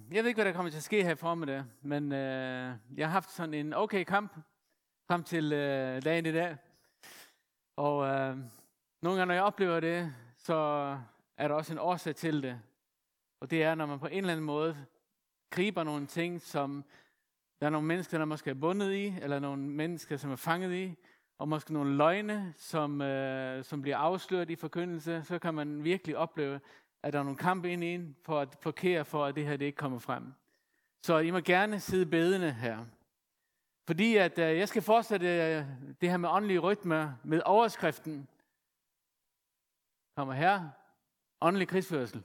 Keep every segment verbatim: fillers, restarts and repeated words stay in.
jeg ved ikke, hvad der kommer til at ske her i formiddag, men uh, jeg har haft sådan en okay kamp frem til uh, dagen i dag. Og uh, nogle gange, når jeg oplever det, så er der også en årsag til det. Og det er, når man på en eller anden måde griber nogle ting, som der er nogle mennesker, der måske er bundet i, eller nogle mennesker, som er fanget i, og måske nogle løgne, som, uh, som bliver afsløret i forkyndelse, så kan man virkelig opleve, at der er nogle kampe ind i en, for at blokere for, at det her det ikke kommer frem. Så I må gerne sidde bedende her. Fordi at uh, jeg skal fortsætte uh, det her med åndelige rytmer med overskriften. Kommer her. Åndelig krigsførsel.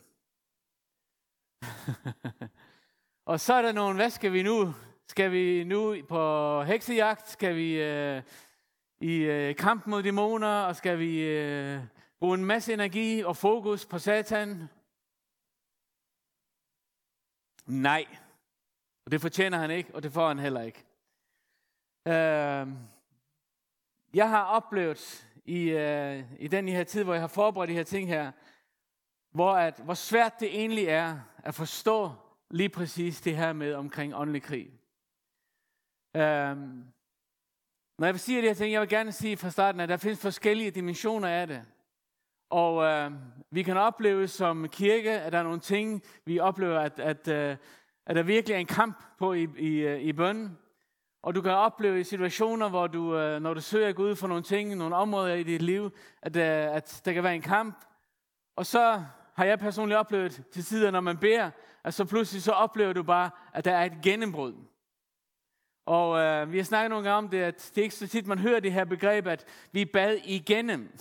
Og så er der nogle, hvad skal vi nu? Skal vi nu på heksejagt? Skal vi uh, i uh, kamp mod dæmoner? Og skal vi uh, bruge en masse energi og fokus på Satan? Nej. Og det fortjener han ikke, og det får han heller ikke. Uh, jeg har oplevet i, uh, i den her tid, hvor jeg har forberedt de her ting her, hvor, at, hvor svært det egentlig er at forstå lige præcis det her med omkring åndelig krig. Uh, når jeg vil sige de her ting, jeg vil gerne sige fra starten, at der findes forskellige dimensioner af det. Og øh, vi kan opleve som kirke, at der er nogle ting, vi oplever, at, at, øh, at der virkelig er en kamp på i, i, i bønnen. Og du kan opleve i situationer, hvor du, øh, når du søger Gud for nogle ting, nogle områder i dit liv, at, øh, at der kan være en kamp. Og så har jeg personligt oplevet til tider, når man beder, at så pludselig så oplever du bare, at der er et gennembrud. Og øh, vi har snakket nogle gange om det, at det er ikke så tit, man hører det her begreb, at vi bad igennem.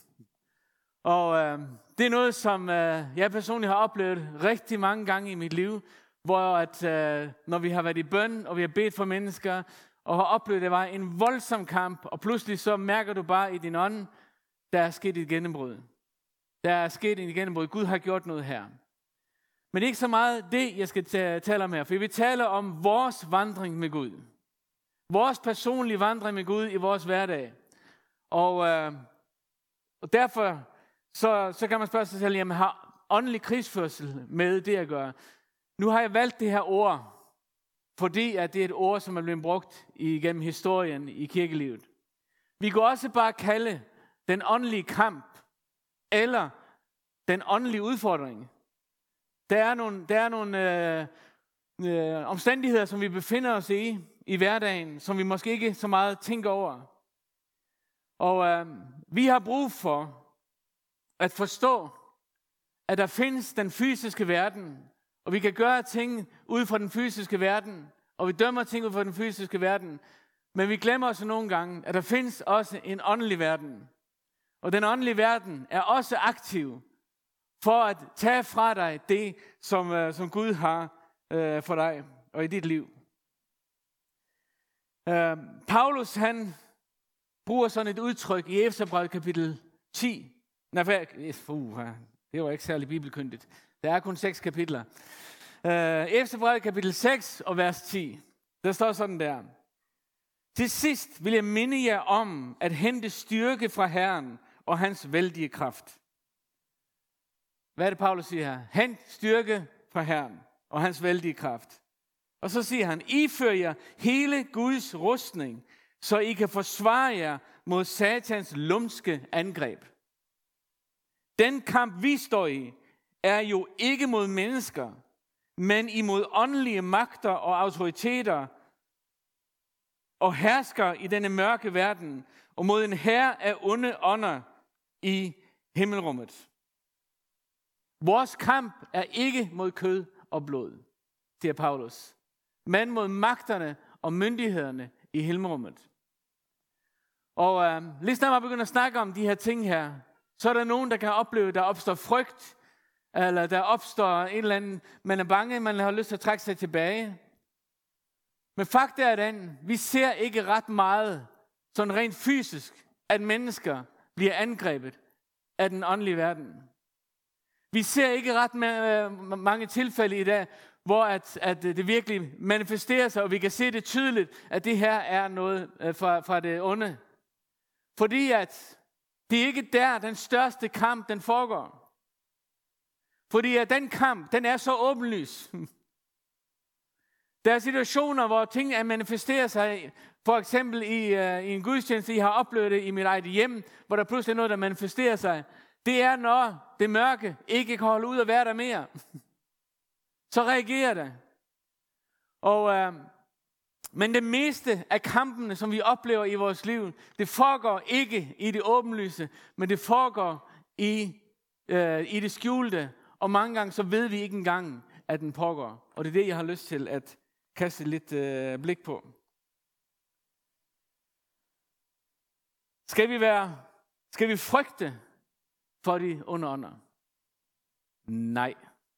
Og øh, det er noget, som øh, jeg personligt har oplevet rigtig mange gange i mit liv, hvor at, øh, når vi har været i bøn, og vi har bedt for mennesker, og har oplevet, at det var en voldsom kamp, og pludselig så mærker du bare i din ånd, der er sket et gennembrud. Der er sket et gennembrud. Gud har gjort noget her. Men det er ikke så meget det, jeg skal tale om her, for vi taler om vores vandring med Gud. Vores personlige vandring med Gud i vores hverdag. Og, øh, og derfor så, så kan man spørge sig selv, jamen har åndelig krigsførsel med det at gøre? Nu har jeg valgt det her ord, fordi at det er et ord, som er blevet brugt igennem historien i kirkelivet. Vi kan også bare kalde den åndelige kamp, eller den åndelige udfordring. Der er nogle, der er nogle øh, øh, omstændigheder, som vi befinder os i, i hverdagen, som vi måske ikke så meget tænker over. Og øh, vi har brug for at forstå, at der findes den fysiske verden, og vi kan gøre ting ud fra den fysiske verden, og vi dømmer ting ud fra den fysiske verden, men vi glemmer også nogle gange, at der findes også en åndelig verden. Og den åndelige verden er også aktiv for at tage fra dig det, som, uh, som Gud har uh, for dig og i dit liv. Uh, Paulus, han bruger sådan et udtryk i Efeserbrevet kapitel ti. Nej, uh, det var ikke særlig bibelkyndigt. Der er kun seks kapitler. Uh, Efeserbrevet kapitel seks og vers ti. Der står sådan der. Til sidst vil jeg minde jer om at hente styrke fra Herren og hans vældige kraft. Hvad er det, Paulus siger her? Hent styrke fra Herren og hans vældige kraft. Og så siger han, ifør jer hele Guds rustning, så I kan forsvare jer mod Satans lumske angreb. Den kamp, vi står i, er jo ikke mod mennesker, men imod åndelige magter og autoriteter og hersker i denne mørke verden, og mod en hær af onde ånder i himmelrummet. Vores kamp er ikke mod kød og blod, siger Paulus, men mod magterne og myndighederne i himmelrummet. Og øh, lige snart man begynder at snakke om de her ting her, så er der nogen, der kan opleve, at der opstår frygt, eller der opstår en eller anden, man er bange, man har lyst til at trække sig tilbage. Men fakta er den, vi ser ikke ret meget, sådan rent fysisk, at mennesker bliver angrebet af den åndelige verden. Vi ser ikke ret mange tilfælde i dag, hvor at, at det virkelig manifesterer sig, og vi kan se det tydeligt, at det her er noget fra, fra det onde. Fordi at det er ikke der, den største kamp, den foregår. Fordi at den kamp, den er så åbenlys. Der er situationer, hvor ting manifesterer sig, for eksempel i, uh, i en gudstjeneste, I har oplevet det i mit eget hjem, hvor der pludselig er noget, der manifesterer sig. Det er, når det mørke ikke kan holde ud at være der mere. Så reagerer det. Og, uh, men det meste af kampene, som vi oplever i vores liv, det foregår ikke i det åbenlyse, men det foregår i, uh, i det skjulte. Og mange gange så ved vi ikke engang, at den pågår. Og det er det, jeg har lyst til at kaste lidt øh, blik på. Skal vi være, skal vi frygte for de onde ånder? Nej.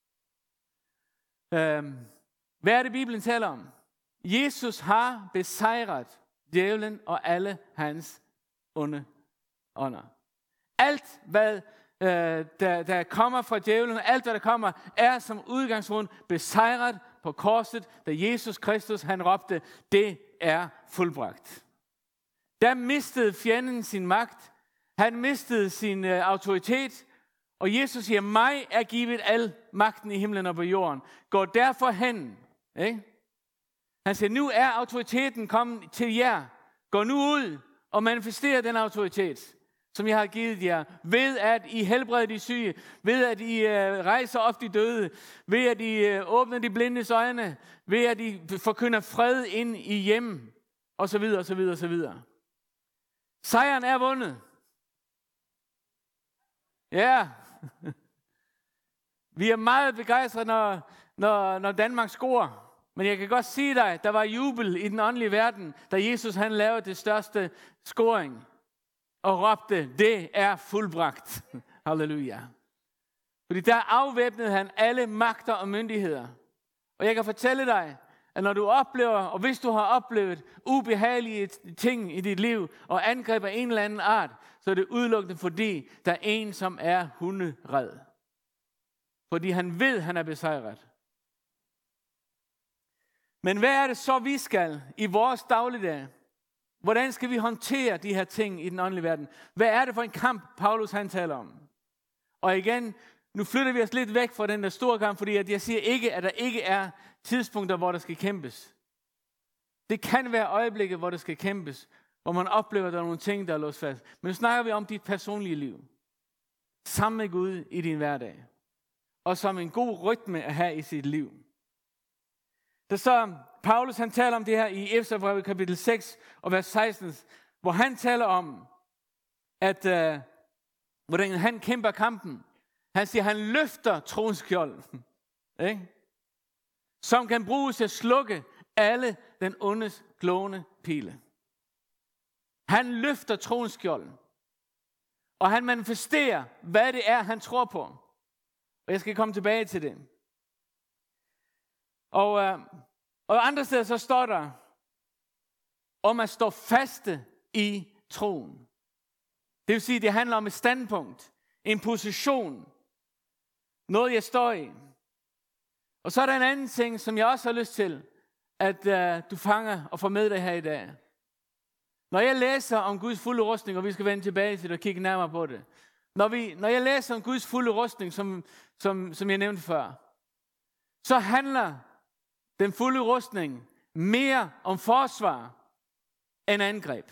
Øhm, hvad er det, Bibelen taler om? Jesus har besejret djævlen og alle hans onde ånder. Alt, hvad øh, der, der kommer fra djævlen, alt, hvad der kommer, er som udgangspunkt besejret på korset, da Jesus Kristus, han råbte, det er fuldbragt. Der mistede fjenden sin magt. Han mistede sin øh, autoritet. Og Jesus siger, mig er givet al magten i himlen og på jorden. Gå derfor hen. Ikke? Han siger, nu er autoriteten kommet til jer. Gå nu ud og manifester den autoritet, som jeg har givet jer, ved at I helbreder de syge, ved at I øh, rejser op de døde, ved at I øh, åbner de blindes øjne, ved at I forkynder fred ind i hjem, og så videre, og så videre, og så videre. Sejren er vundet. Ja. Vi er meget begejstrede, når, når, når Danmark scorer. Men jeg kan godt sige dig, der var jubel i den åndelige verden, da Jesus han lavede det største scoring. Og råbte, det er fuldbragt. Halleluja. Fordi der afvæbnede han alle magter og myndigheder. Og jeg kan fortælle dig, at når du oplever, og hvis du har oplevet ubehagelige ting i dit liv, og angreb af en eller anden art, så er det udelukkende fordi, der er en, som er hundered. Fordi han ved, han er besejret. Men hvad er det så, vi skal i vores dagligdag? Hvordan skal vi håndtere de her ting i den åndelige verden? Hvad er det for en kamp, Paulus han taler om? Og igen, nu flytter vi os lidt væk fra den der store kamp, fordi at jeg siger ikke, at der ikke er tidspunkter, hvor der skal kæmpes. Det kan være øjeblikke, hvor der skal kæmpes, hvor man oplever, at der er nogle ting, der er låst fast. Men nu snakker vi om dit personlige liv. Sammen med Gud i din hverdag. Og som en god rytme at have i sit liv. Der så Paulus han taler om det her i Efeserbrevet kapitel seks og vers seksten, hvor han taler om, at uh, hvordan han kæmper kampen. Han siger, han løfter troens skjold, ikke? Som kan bruges til at slukke alle den ondes glående pile. Han løfter troens skjold, og han manifesterer, hvad det er, han tror på. Og jeg skal komme tilbage til det. Og, øh, og andre steder så står der om at stå faste i troen. Det vil sige, det handler om et standpunkt, en position, noget jeg står i. Og så er der en anden ting, som jeg også har lyst til, at øh, du fanger og får med dig her i dag. Når jeg læser om Guds fulde rustning, og vi skal vende tilbage til det og kigge nærmere på det. Når, vi, når jeg læser om Guds fulde rustning, som, som, som jeg nævnte før, så handler den fulde rustning mere om forsvar end angreb.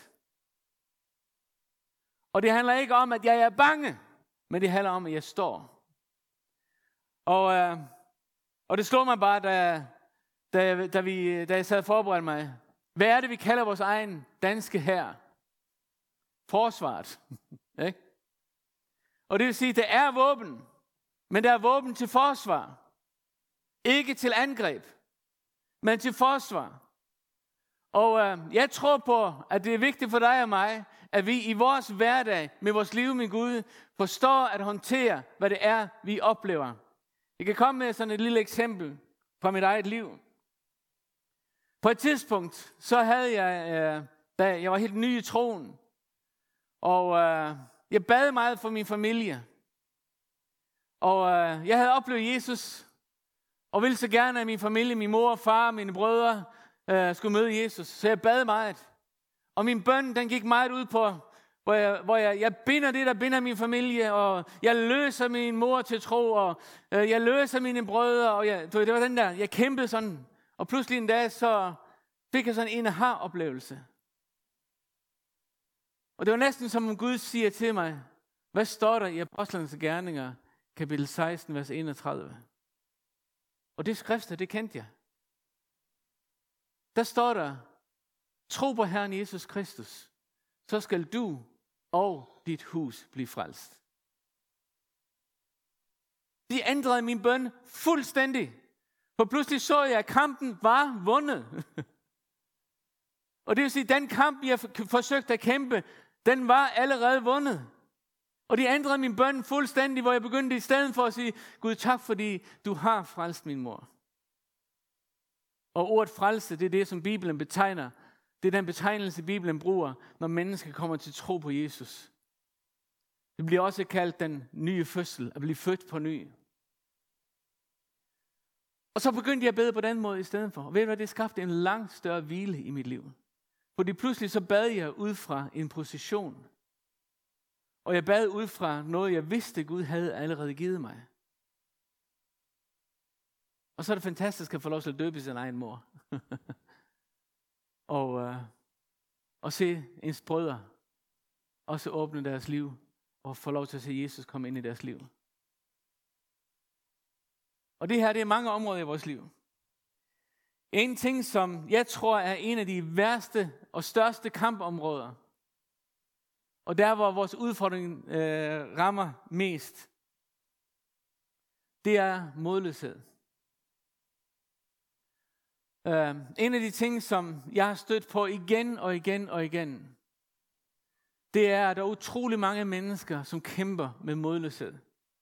Og det handler ikke om, at jeg er bange, men det handler om, at jeg står. Og, øh, og det slog mig bare, da, da, da, vi, da jeg sad og forberedte mig. Hvad er det, vi kalder vores egen danske hær? Forsvaret. Ikke? Og det vil sige, at der er våben, men der er våben til forsvar. Ikke til angreb, men til forsvar. Og øh, jeg tror på, at det er vigtigt for dig og mig, at vi i vores hverdag, med vores liv med Gud, forstår at håndtere, hvad det er, vi oplever. Jeg kan komme med sådan et lille eksempel fra mit eget liv. På et tidspunkt, så havde jeg, øh, da jeg var helt ny i troen, og øh, jeg bad meget for min familie. Og øh, jeg havde oplevet Jesus, og ville så gerne, at min familie, min mor, far, mine brødre, øh, skulle møde Jesus. Så jeg bad meget. Og min bøn, den gik meget ud på, hvor jeg, hvor jeg, jeg binder det, der binder min familie, og jeg løser min mor til tro, og øh, jeg løser mine brødre, og jeg, det var den der, jeg kæmpede sådan. Og pludselig en dag, så fik jeg sådan en aha-oplevelse. Og det var næsten som om Gud siger til mig, hvad står der i Apostlenes Gerninger, kapitel seksten, vers enogtredive? Og det skrifter, det kendte jeg. Der står der, tro på Herren Jesus Kristus, så skal du og dit hus blive frelst. De ændrede min bøn fuldstændig. For pludselig så jeg, at kampen var vundet. Og det vil sige, at den kamp, jeg forsøgte at kæmpe, den var allerede vundet. Og de ændrede min bøn fuldstændig, hvor jeg begyndte i stedet for at sige, Gud, tak fordi du har frelst min mor. Og ordet frelse, det er det, som Bibelen betegner. Det er den betegnelse, Bibelen bruger, når mennesker kommer til tro på Jesus. Det bliver også kaldt den nye fødsel, at blive født på ny. Og så begyndte jeg at bede på den måde i stedet for. Og ved du hvad, det skabte en langt større hvile i mit liv. Fordi pludselig så bad jeg ud fra en position. Og jeg bad ud fra noget, jeg vidste, Gud havde allerede givet mig. Og så er det fantastisk at få lov til at døbe sin egen mor. og, øh, og se ens brødre også åbne deres liv. Og få lov til at se Jesus komme ind i deres liv. Og det her, det er mange områder i vores liv. En ting, som jeg tror er en af de værste og største kampområder, og der, hvor vores udfordring øh, rammer mest, det er modløshed. Uh, en af de ting, som jeg har stødt på igen og igen og igen, det er, at der er utrolig mange mennesker, som kæmper med modløshed.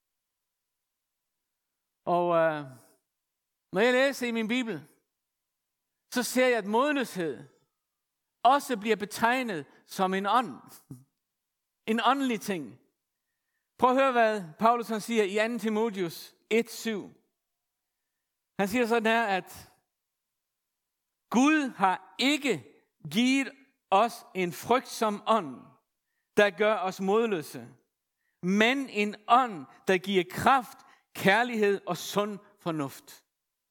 Og uh, når jeg læser i min bibel, så ser jeg, at modløshed også bliver betegnet som en ånd. En åndelig ting. Prøv at høre, hvad Paulus han siger i anden Timotheus et syv. Han siger sådan her, at Gud har ikke givet os en frygtsom ånd, der gør os modløse, men en ånd, der giver kraft, kærlighed og sund fornuft.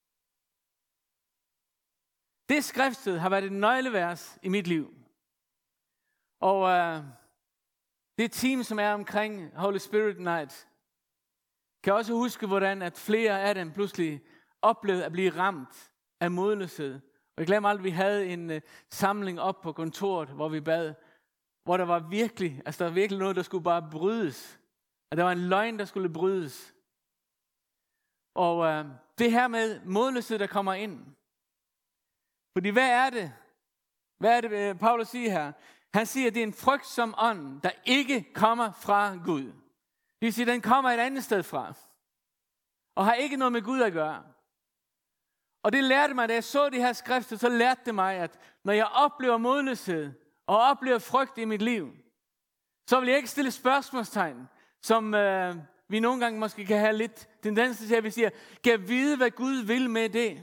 Det skriftet har været et nøglevers i mit liv. Og uh, det team, som er omkring Holy Spirit Night, kan også huske, hvordan at flere af dem pludselig oplevede at blive ramt af modløshed. Og jeg glemmer aldrig, at vi havde en uh, samling op på kontoret, hvor vi bad, hvor der var virkelig, altså der var virkelig noget, der skulle bare brydes. Og der var en løgn, der skulle brydes. Og uh, det her med modløshed, der kommer ind. Fordi hvad er det? Hvad er det, Paulus siger her? Han siger, at det er en frygtsom ånd, der ikke kommer fra Gud. Det vil sige, at den kommer et andet sted fra. Og har ikke noget med Gud at gøre. Og det lærte mig, da jeg så det her skrift, så lærte det mig, at når jeg oplever modløshed, og oplever frygt i mit liv, så vil jeg ikke stille spørgsmålstegn, som øh, vi nogle gange måske kan have lidt tendens til, at vi siger, kan vide, hvad Gud vil med det.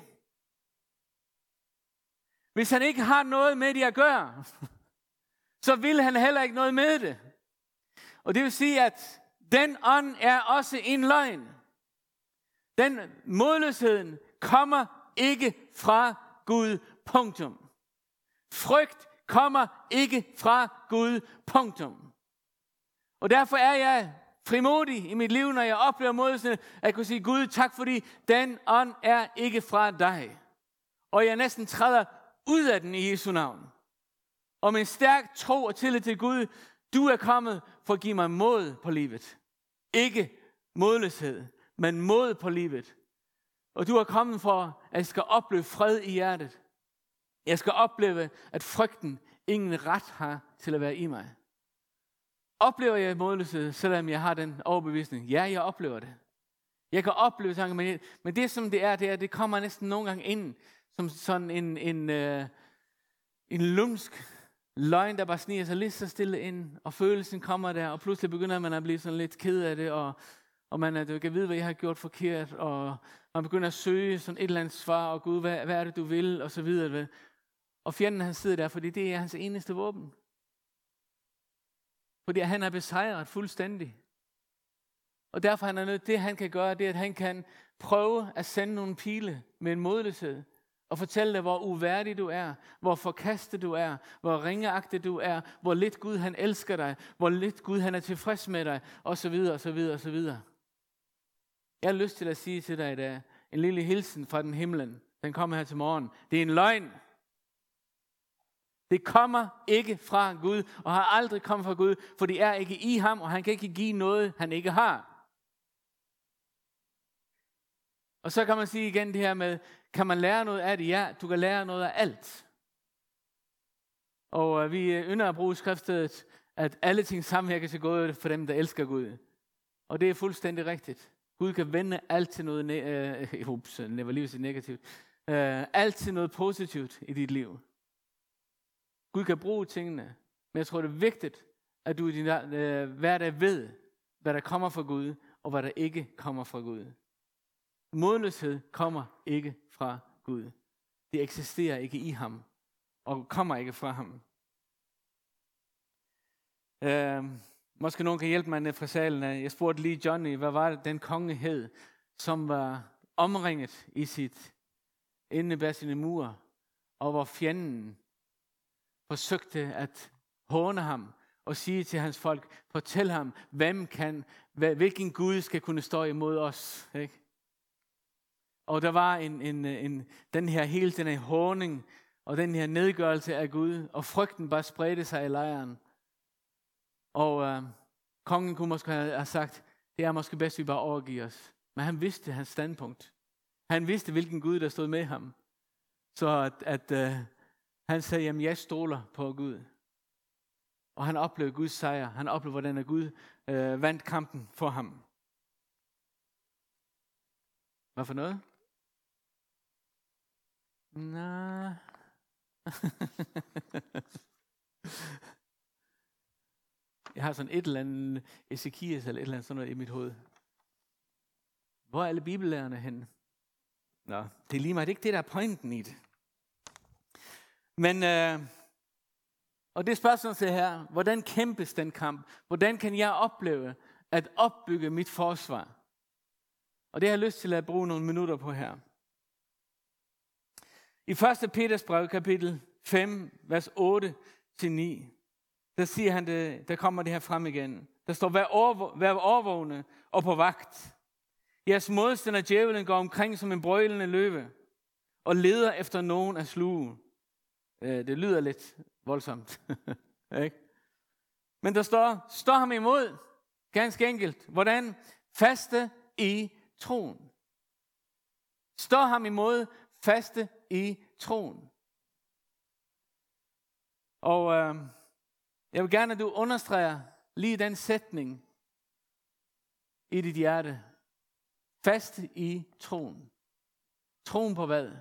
Hvis han ikke har noget med det at gøre, så vil han heller ikke noget med det. Og det vil sige, at den ånd er også en løgn. Den modløsheden kommer ikke fra Gud, punktum. Frygt kommer ikke fra Gud, punktum. Og derfor er jeg frimodig i mit liv, når jeg oplever modløshed, at jeg kunne sige, Gud, tak fordi den ånd er ikke fra dig. Og jeg næsten træder ud af den i Jesu navn. Og med en stærk tro og tillid til Gud, du er kommet for at give mig mod på livet. Ikke modløshed, men mod på livet. Og du er kommet for, at jeg skal opleve fred i hjertet. Jeg skal opleve, at frygten ingen ret har til at være i mig. Oplever jeg modløshed, selvom jeg har den overbevisning? Ja, jeg oplever det. Jeg kan opleve tanker, men, men det som det er, det er, det kommer næsten nogle gange ind som sådan en, en, øh, en lumsk løgn, der bare sniger sig lidt så stille ind, og følelsen kommer der, og pludselig begynder man at blive sådan lidt ked af det, og, og man er, kan vide, hvad jeg har gjort forkert, og man begynder at søge sådan et eller andet svar, og Gud, hvad, hvad er det, du vil, og så videre. Og fjenden, han sidder der, fordi det er hans eneste våben. Fordi han er besejret fuldstændig. Og derfor han er nødt, det han kan gøre, det er, at han kan prøve at sende nogle pile med en modløshed, og fortælle dig, hvor uværdig du er, hvor forkastet du er, hvor ringeagtig du er, hvor lidt Gud han elsker dig, hvor lidt Gud han er tilfreds med dig, osv. osv. osv. Jeg har lyst til at sige til dig i dag, en lille hilsen fra den himlen, den kommer her til morgen. Det er en løgn. Det kommer ikke fra Gud, og har aldrig kommet fra Gud, for det er ikke i ham, og han kan ikke give noget, han ikke har. Og så kan man sige igen det her med, kan man lære noget af det? Ja, du kan lære noget af alt. Og øh, vi ynder at bruge skriftstedet, at alle ting samvirker til gode for dem, der elsker Gud. Og det er fuldstændig rigtigt. Gud kan vende alt til noget, ne- øh, ups, det var lige så negativt. Øh, alt til noget positivt i dit liv. Gud kan bruge tingene, men jeg tror, det er vigtigt, at du i din øh, hverdag ved, hvad der kommer fra Gud, og hvad der ikke kommer fra Gud. Modløshed kommer ikke fra Gud. Det eksisterer ikke i ham, og kommer ikke fra ham. Øh, måske nogen kan hjælpe mig ned fra salen. Jeg spurgte lige Johnny, hvad var det, den konge hed, som var omringet i sit inde bag sine mure, og hvor fjenden forsøgte at håne ham og sige til hans folk, fortæl ham, hvem kan, hvilken Gud skal kunne stå imod os. Ikke? Og der var en, en, en, den her hele den her håning og den her nedgørelse af Gud, og frygten bare spredte sig i lejren. Og øh, kongen kunne måske have sagt, det er måske bedst, vi bare overgiver os. Men han vidste hans standpunkt. Han vidste, hvilken Gud, der stod med ham. Så at, at øh, han sagde, jamen jeg stoler på Gud. Og han oplevede Guds sejr. Han oplevede, hvordan Gud øh, vandt kampen for ham. Hvad for noget? Nej. Jeg har sådan et eller andet Ezekias eller et eller andet sådan noget i mit hoved. Hvor er alle bibellærerne henne? Nå, det er lige meget. Det er ikke det, der er pointen i det. Men, øh, og det spørgsmål til her, hvordan kæmpes den kamp? Hvordan kan jeg opleve at opbygge mit forsvar? Og det har jeg lyst til at bruge nogle minutter på her. I første Peters brev, kapitel fem, vers otte til ni, der siger han det, der kommer det her frem igen. Der står, vær, overvå- vær overvågne og på vagt. Jeres modstander djævelen går omkring som en brølende løve og leder efter nogen at sluge. Det lyder lidt voldsomt. Ikke? Men der står, stå ham imod, ganske enkelt. Hvordan? Faste i troen. Stå ham imod, faste i troen. Og øh, jeg vil gerne, at du understreger lige den sætning i dit hjerte. Faste i troen. Troen på hvad?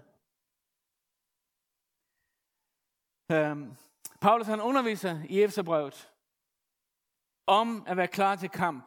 Øhm, Paulus han underviser i Efeserbrevet om at være klar til kamp.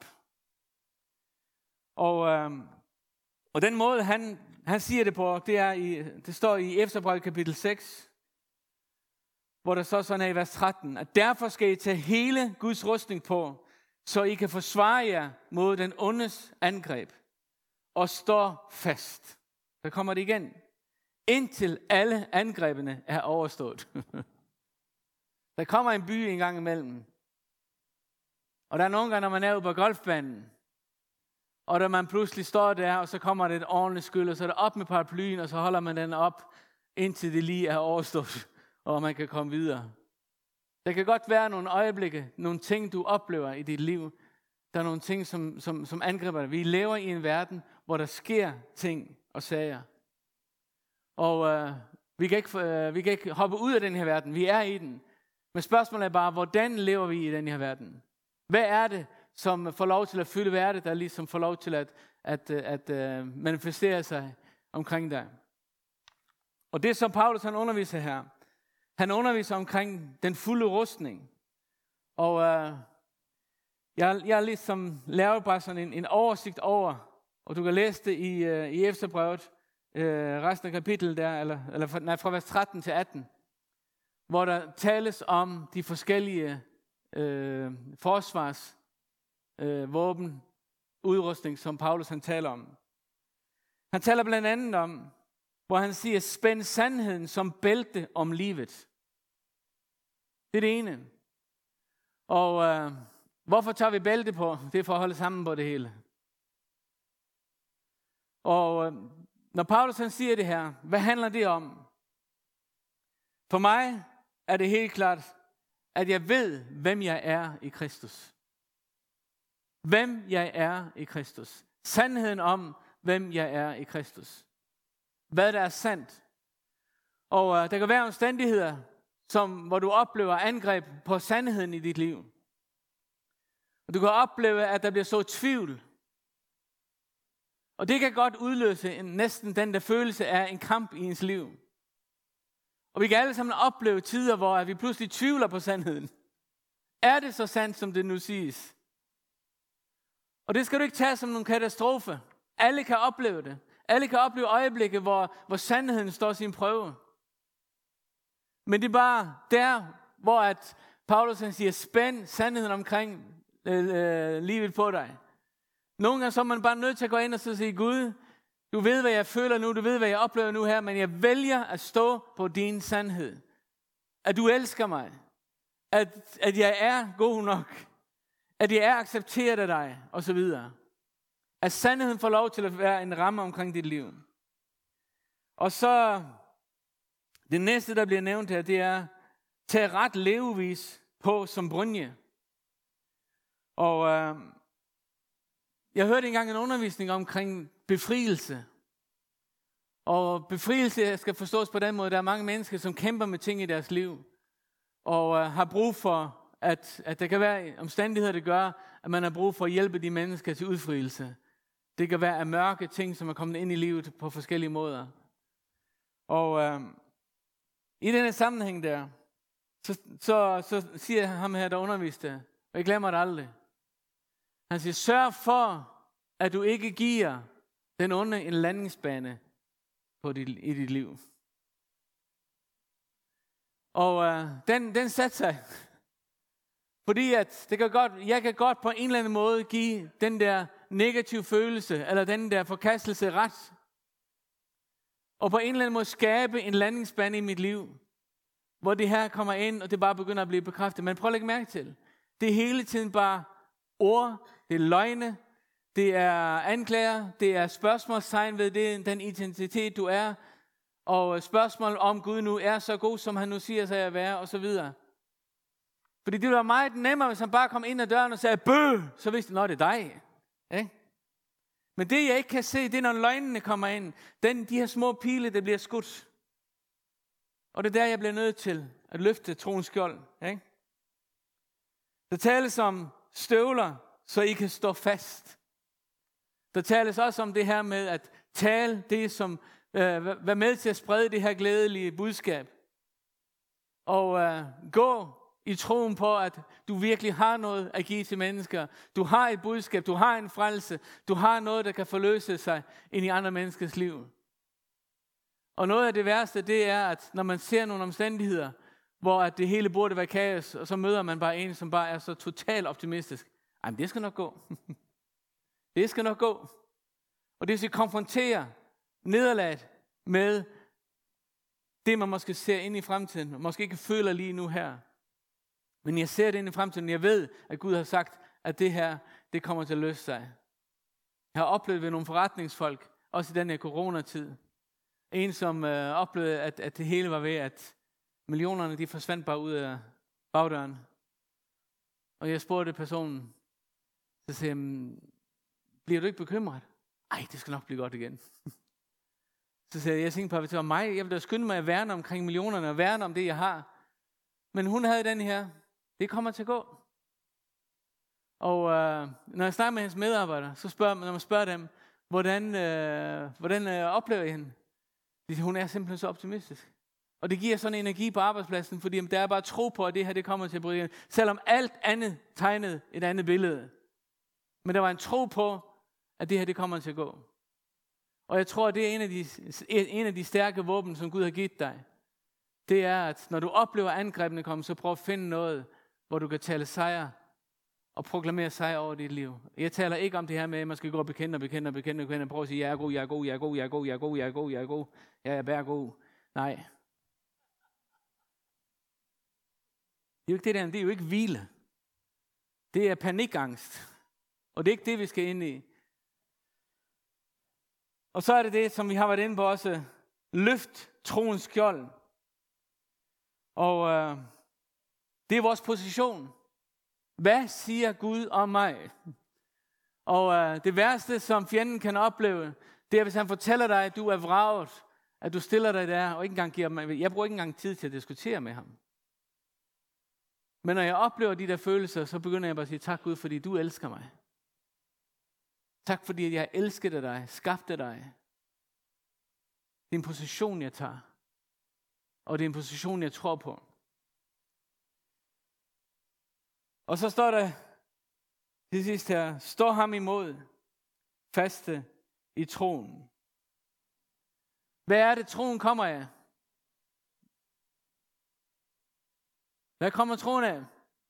Og, øhm, og den måde han, han siger det på, det, er i, det står i Efeserbrevet kapitel seks, hvor der står sådan her i vers tretten, at derfor skal I tage hele Guds rustning på, så I kan forsvare jer mod den ondes angreb og stå fast. Der kommer det igen. Indtil alle angrebene er overstået. Der kommer en by en gang imellem. Og der er nogle gange, når man er ude på golfbanen, og da man pludselig står der, og så kommer det et ordentligt skyld, og så er det op med paraplyen, og så holder man den op, indtil det lige er overstået, og man kan komme videre. Der kan godt være nogle øjeblikke, nogle ting, du oplever i dit liv. Der er nogle ting, som, som, som angriber dig. Vi lever i en verden, hvor der sker ting og sager. Og øh, vi, kan ikke, øh, vi kan ikke hoppe ud af den her verden. Vi er i den. Men spørgsmålet er bare, hvordan lever vi i den her verden? Hvad er det, som får lov til at fylde? Hvad er det, der ligesom får lov til at, at, at, at uh, manifestere sig omkring dig? Og det, som Paulus han underviser her, han underviser omkring den fulde rustning. Og uh, jeg, jeg har ligesom lavet bare sådan en, en oversigt over, og du kan læse det i, uh, i Efeserbrevet, uh, resten af kapitlet der, eller, eller nej, fra vers tretten til atten, hvor der tales om de forskellige øh, forsvars øh, våben, udrustning, som Paulus han taler om. Han taler blandt andet om, hvor han siger, spænd sandheden som bælte om livet. Det er det ene. Og øh, hvorfor tager vi bælte på? Det er for at holde sammen på det hele. Og øh, når Paulus han siger det her, hvad handler det om? For mig er det helt klart, at jeg ved, hvem jeg er i Kristus. Hvem jeg er i Kristus. Sandheden om, hvem jeg er i Kristus. Hvad der er sandt. Og uh, der kan være omstændigheder, som, hvor du oplever angreb på sandheden i dit liv. Og du kan opleve, at der bliver så tvivl. Og det kan godt udløse en, næsten den der følelse af en kamp i ens liv. Og vi kan alle sammen opleve tider, hvor vi pludselig tvivler på sandheden. Er det så sandt, som det nu siges? Og det skal du ikke tage som nogen katastrofe. Alle kan opleve det. Alle kan opleve øjeblikke, hvor, hvor sandheden står sin prøve. Men det er bare der, hvor at Paulus han siger, spænd sandheden omkring øh, øh, livet på dig. Nogle gange så er man bare nødt til at gå ind og så sige, Gud, du ved, hvad jeg føler nu, du ved, hvad jeg oplever nu her, men jeg vælger at stå på din sandhed. At du elsker mig. At, at jeg er god nok. At jeg er accepteret af dig, og så videre. At sandheden får lov til at være en ramme omkring dit liv. Og så, det næste, der bliver nævnt her, det er, tag ret levevis på som brynje. Og øh, jeg hørte engang en undervisning omkring befrielse. Og befrielse skal forstås på den måde, der er mange mennesker, som kæmper med ting i deres liv. Og øh, har brug for, at, at der kan være omstændigheder, der gør, at man har brug for at hjælpe de mennesker til udfrielse. Det kan være af mørke ting, som er kommet ind i livet på forskellige måder. Og øh, i denne sammenhæng der, så, så, så siger ham her, der underviste, og jeg glemmer det aldrig. Han siger, sørg for, at du ikke giver den onde en landingsbane på dit, i dit liv. Og øh, den, den satte sig. Fordi at det kan godt, jeg kan godt på en eller anden måde give den der negative følelse, eller den der forkastelse ret. Og på en eller anden måde skabe en landingsbane i mit liv, hvor det her kommer ind, og det bare begynder at blive bekræftet. Men prøv at lægge mærke til, det er hele tiden bare ord, det er løgne, det er anklager, det er spørgsmålstegn ved det, den identitet du er, og spørgsmål om Gud nu er så god, som han nu siger sig at være, og så videre. Fordi det ville være meget nemmere, hvis han bare kom ind ad døren og sagde, bøh, så vidste jeg, det er dig. Ikke? Men det jeg ikke kan se, det er når løgnene kommer ind, den, de her små pile, der bliver skudt. Og det er der, jeg bliver nødt til at løfte troens skjold. Ikke? Der tales om støvler, så I kan stå fast. Der tales også om det her med at tale det, som øh, være med til at sprede det her glædelige budskab. Og øh, gå i troen på, at du virkelig har noget at give til mennesker. Du har et budskab, du har en frelse, du har noget, der kan forløse sig ind i andre menneskers liv. Og noget af det værste, det er, at når man ser nogle omstændigheder, hvor at det hele burde være kaos, og så møder man bare en, som bare er så totalt optimistisk. Ej, men det skal nok gå. Det skal nok gå. Og det skal konfrontere nederlaget med det, man måske ser ind i fremtiden, og måske ikke føler lige nu her. Men jeg ser det ind i fremtiden, jeg ved, at Gud har sagt, at det her, det kommer til at løse sig. Jeg har oplevet ved nogle forretningsfolk, også i den her coronatid, en som øh, oplevede, at, at det hele var ved, at millionerne, de forsvandt bare ud af bagdøren. Og jeg spurgte personen, så sagde jeg, bliver du ikke bekymret? Ej, det skal nok blive godt igen. Så sagde jeg, jeg tænkte på, at det var mig, jeg ville da skynde mig at værne omkring millionerne, og værne om det, jeg har. Men hun havde den her, det kommer til at gå. Og øh, når jeg snakker med hendes medarbejdere, så spørger når man spørger dem, hvordan, øh, hvordan øh, oplever I hende? Hun er simpelthen så optimistisk. Og det giver sådan en energi på arbejdspladsen, fordi der er bare tro på, at det her det kommer til at bryde. Selvom alt andet tegnede et andet billede. Men der var en tro på, at det her det kommer til at gå. Og jeg tror, at det er en af de, en af de stærke våben, som Gud har givet dig. Det er, at når du oplever angrebene komme, så prøv at finde noget, hvor du kan tale sejr og proklamere sejr over dit liv. Jeg taler ikke om det her med, at man skal gå og bekende og bekende og bekende og bekende og prøve at sige, jeg er god, jeg er god, jeg er god, jeg er god, jeg er god, jeg er god, jeg er god, jeg er bare god. Nej. Det er jo ikke det der, det er jo ikke hvile. Det er panikangst. Og det er ikke det, vi skal ind i. Og så er det det, som vi har været inde på også, løft troens skjold. Og øh, det er vores position. Hvad siger Gud om mig? Og øh, det værste, som fjenden kan opleve, det er, hvis han fortæller dig, at du er vraget, at du stiller dig der, og ikke engang giver mig. Jeg bruger ikke engang tid til at diskutere med ham. Men når jeg oplever de der følelser, så begynder jeg bare at sige, tak Gud, fordi du elsker mig. Tak fordi jeg elskede dig, skabte dig. Det er en position, jeg tager. Og det er en position, jeg tror på. Og så står der til sidst her, stå ham imod, faste i troen. Hvad er det, troen kommer af? Hvad kommer troen af?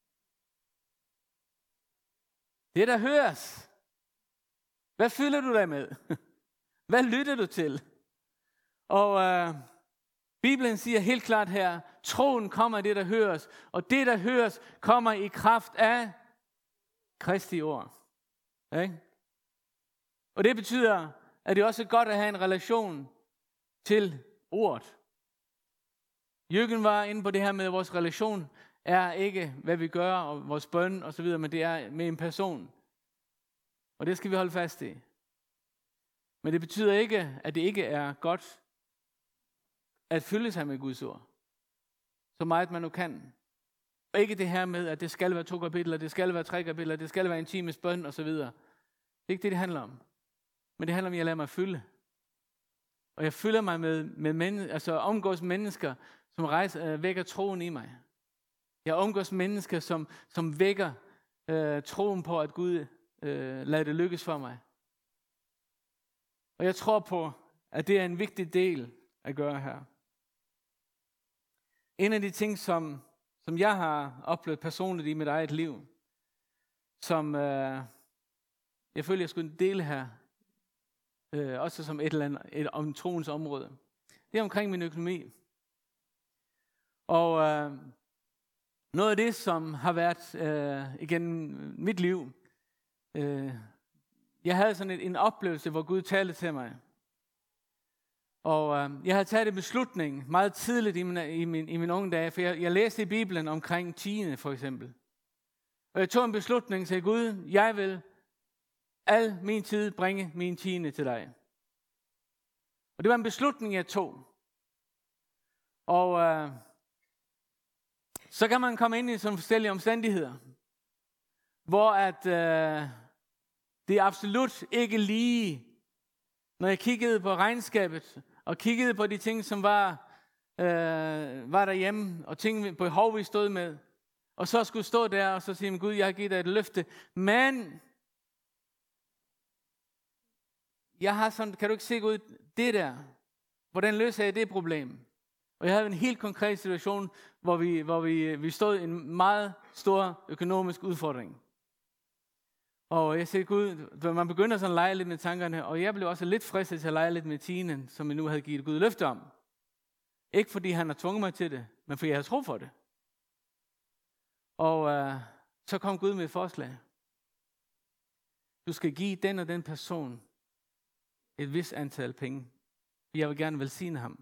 Det, der høres. Hvad fylder du dig med? Hvad lytter du til? Og øh, Bibelen siger helt klart her, troen kommer af det, der høres. Og det, der høres, kommer i kraft af Kristi ord. Okay? Og det betyder, at det også er godt at have en relation til ordet. Jørgen var inde på det her med, at vores relation er ikke, hvad vi gør, og vores bøn og så videre, men det er med en person. Og det skal vi holde fast i. Men det betyder ikke, at det ikke er godt at fylde sig med Guds ord. Så meget man nu kan. Og ikke det her med, at det skal være to kapitler, det skal være tre kapitler, det skal være en times bøn og så videre. Det er ikke det, det handler om. Men det handler om, at jeg lader mig fylde. Og jeg fylder mig med, med men, altså omgås mennesker, som rejser, øh, vækker troen i mig. Jeg omgås mennesker, som, som vækker øh, troen på, at Gud øh, lader det lykkes for mig. Og jeg tror på, at det er en vigtig del at gøre her. En af de ting, som, som jeg har oplevet personligt i mit eget liv, som øh, jeg føler, jeg skulle dele her, øh, også som et eller andet et, om troens område, det er omkring min økonomi. Og øh, noget af det, som har været øh, igennem mit liv, øh, jeg havde sådan et, en oplevelse, hvor Gud talte til mig. Og øh, jeg havde taget en beslutning meget tidligt i min, i min, i min unge dage, for jeg, jeg læste i Bibelen omkring tiende for eksempel. Og jeg tog en beslutning til Gud, jeg vil al min tid bringe min tiende til dig. Og det var en beslutning, jeg tog. Og øh, så kan man komme ind i sådan forskellige omstændigheder, hvor at øh, det er absolut ikke lige, når jeg kiggede på regnskabet, og kiggede på de ting, som var, øh, var derhjemme, og ting, behov vi stod med, og så skulle stå der, og så sige, Gud, jeg har givet dig et løfte, men jeg har sådan, kan du ikke se Gud, det der, hvordan løser jeg det problem? Og jeg havde en helt konkret situation, hvor vi, hvor vi, vi stod i en meget stor økonomisk udfordring. Og jeg sagde, Gud, man begynder sådan at lege lidt med tankerne, og jeg blev også lidt fristet til at lege lidt med tienden, som jeg nu havde givet Gud løfte om. Ikke fordi han har tvunget mig til det, men fordi jeg havde tro for det. Og øh, så kom Gud med et forslag. Du skal give den og den person et vis antal penge. Jeg vil gerne velsigne ham.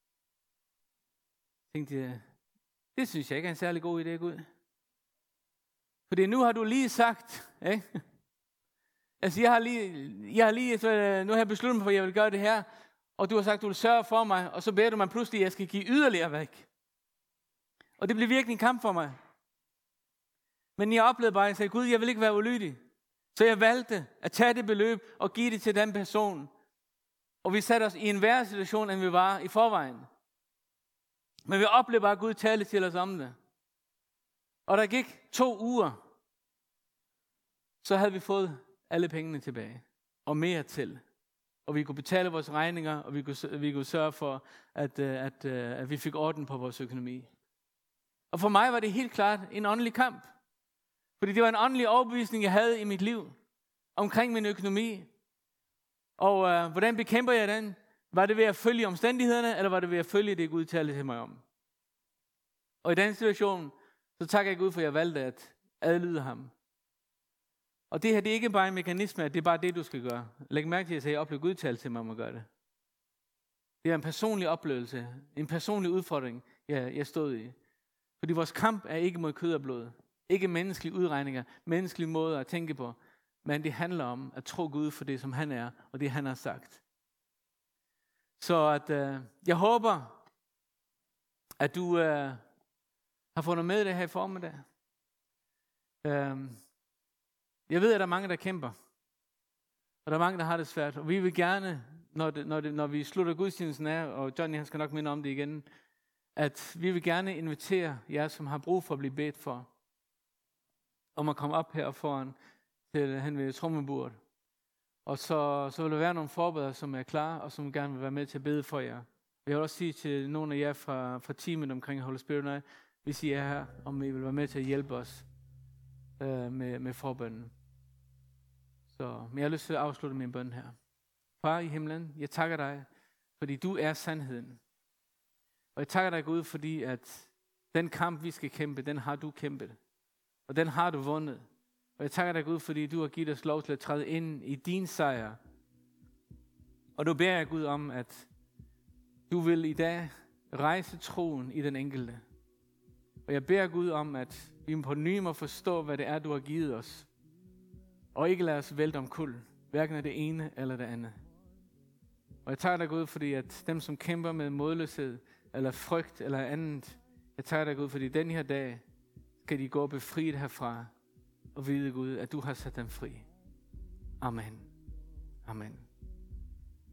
Jeg tænkte, det synes jeg ikke er en særlig god idé, Gud. Fordi nu har du lige sagt, ikke? Altså jeg har lige, jeg har lige så, nu har jeg besluttet mig for, at jeg vil gøre det her, og du har sagt, du vil sørge for mig, og så beder du mig pludselig, at jeg skal give yderligere væk. Og det blev virkelig en kamp for mig. Men jeg oplevede bare, at jeg sagde, Gud, jeg vil ikke være ulydig. Så jeg valgte at tage det beløb og give det til den person. Og vi satte os i en værre situation, end vi var i forvejen. Men vi oplevede bare, at Gud talte til os om det. Og der gik to uger, så havde vi fået alle pengene tilbage, og mere til. Og vi kunne betale vores regninger, og vi kunne, vi kunne sørge for, at, at, at vi fik orden på vores økonomi. Og for mig var det helt klart en åndelig kamp. Fordi det var en åndelig overbevisning, jeg havde i mit liv omkring min økonomi. Og øh, hvordan bekæmper jeg den? Var det ved at følge omstændighederne, eller var det ved at følge det, Gud talte til mig om? Og i den situation, så takker jeg Gud for, at jeg valgte at adlyde ham. Og det her, det er ikke bare en mekanisme, at det er bare det, du skal gøre. Læg mærke til, at jeg oplever Gud tale til mig om at gøre det. Det er en personlig oplevelse, en personlig udfordring, jeg, jeg stod i. Fordi vores kamp er ikke mod kød og blod. Ikke menneskelige udregninger, menneskelige måder at tænke på. Men det handler om at tro Gud for det, som han er, og det han har sagt. Så at, øh, jeg håber, at du øh, har fundet med det her i formiddag. Øh, jeg ved, at der er mange, der kæmper. Og der er mange, der har det svært. Og vi vil gerne, når, det, når, det, når vi slutter gudstjenesten af, og Johnny han skal nok minde om det igen, at vi vil gerne invitere jer, som har brug for at blive bedt for, om at komme op her foran til hen ved trommebordet. Og så, så vil der være nogle forberedere, som er klar, og som gerne vil være med til at bede for jer. Jeg vil også sige til nogle af jer fra, fra teamet omkring Holy Spirit Night, hvis I er her, om I vil være med til at hjælpe os øh, med, med forbønnen. Så, men jeg har lyst til at afslutte min bøn her. Far i himlen, jeg takker dig, fordi du er sandheden. Og jeg takker dig, Gud, fordi at den kamp, vi skal kæmpe, den har du kæmpet. Og den har du vundet. Og jeg takker dig, Gud, fordi du har givet os lov til at træde ind i din sejr. Og du beder jeg, Gud, om, at du vil i dag rejse troen i den enkelte. Og jeg beder Gud om, at vi på ny må forstå, hvad det er, du har givet os. Og ikke lade os vælte omkuld, hverken af det ene eller det andet. Og jeg takker dig, Gud, fordi at dem, som kæmper med modløshed, eller frygt, eller andet, jeg takker dig, Gud, fordi den her dag, skal de gå befriet herfra, og vide, Gud, at du har sat dem fri. Amen. Amen.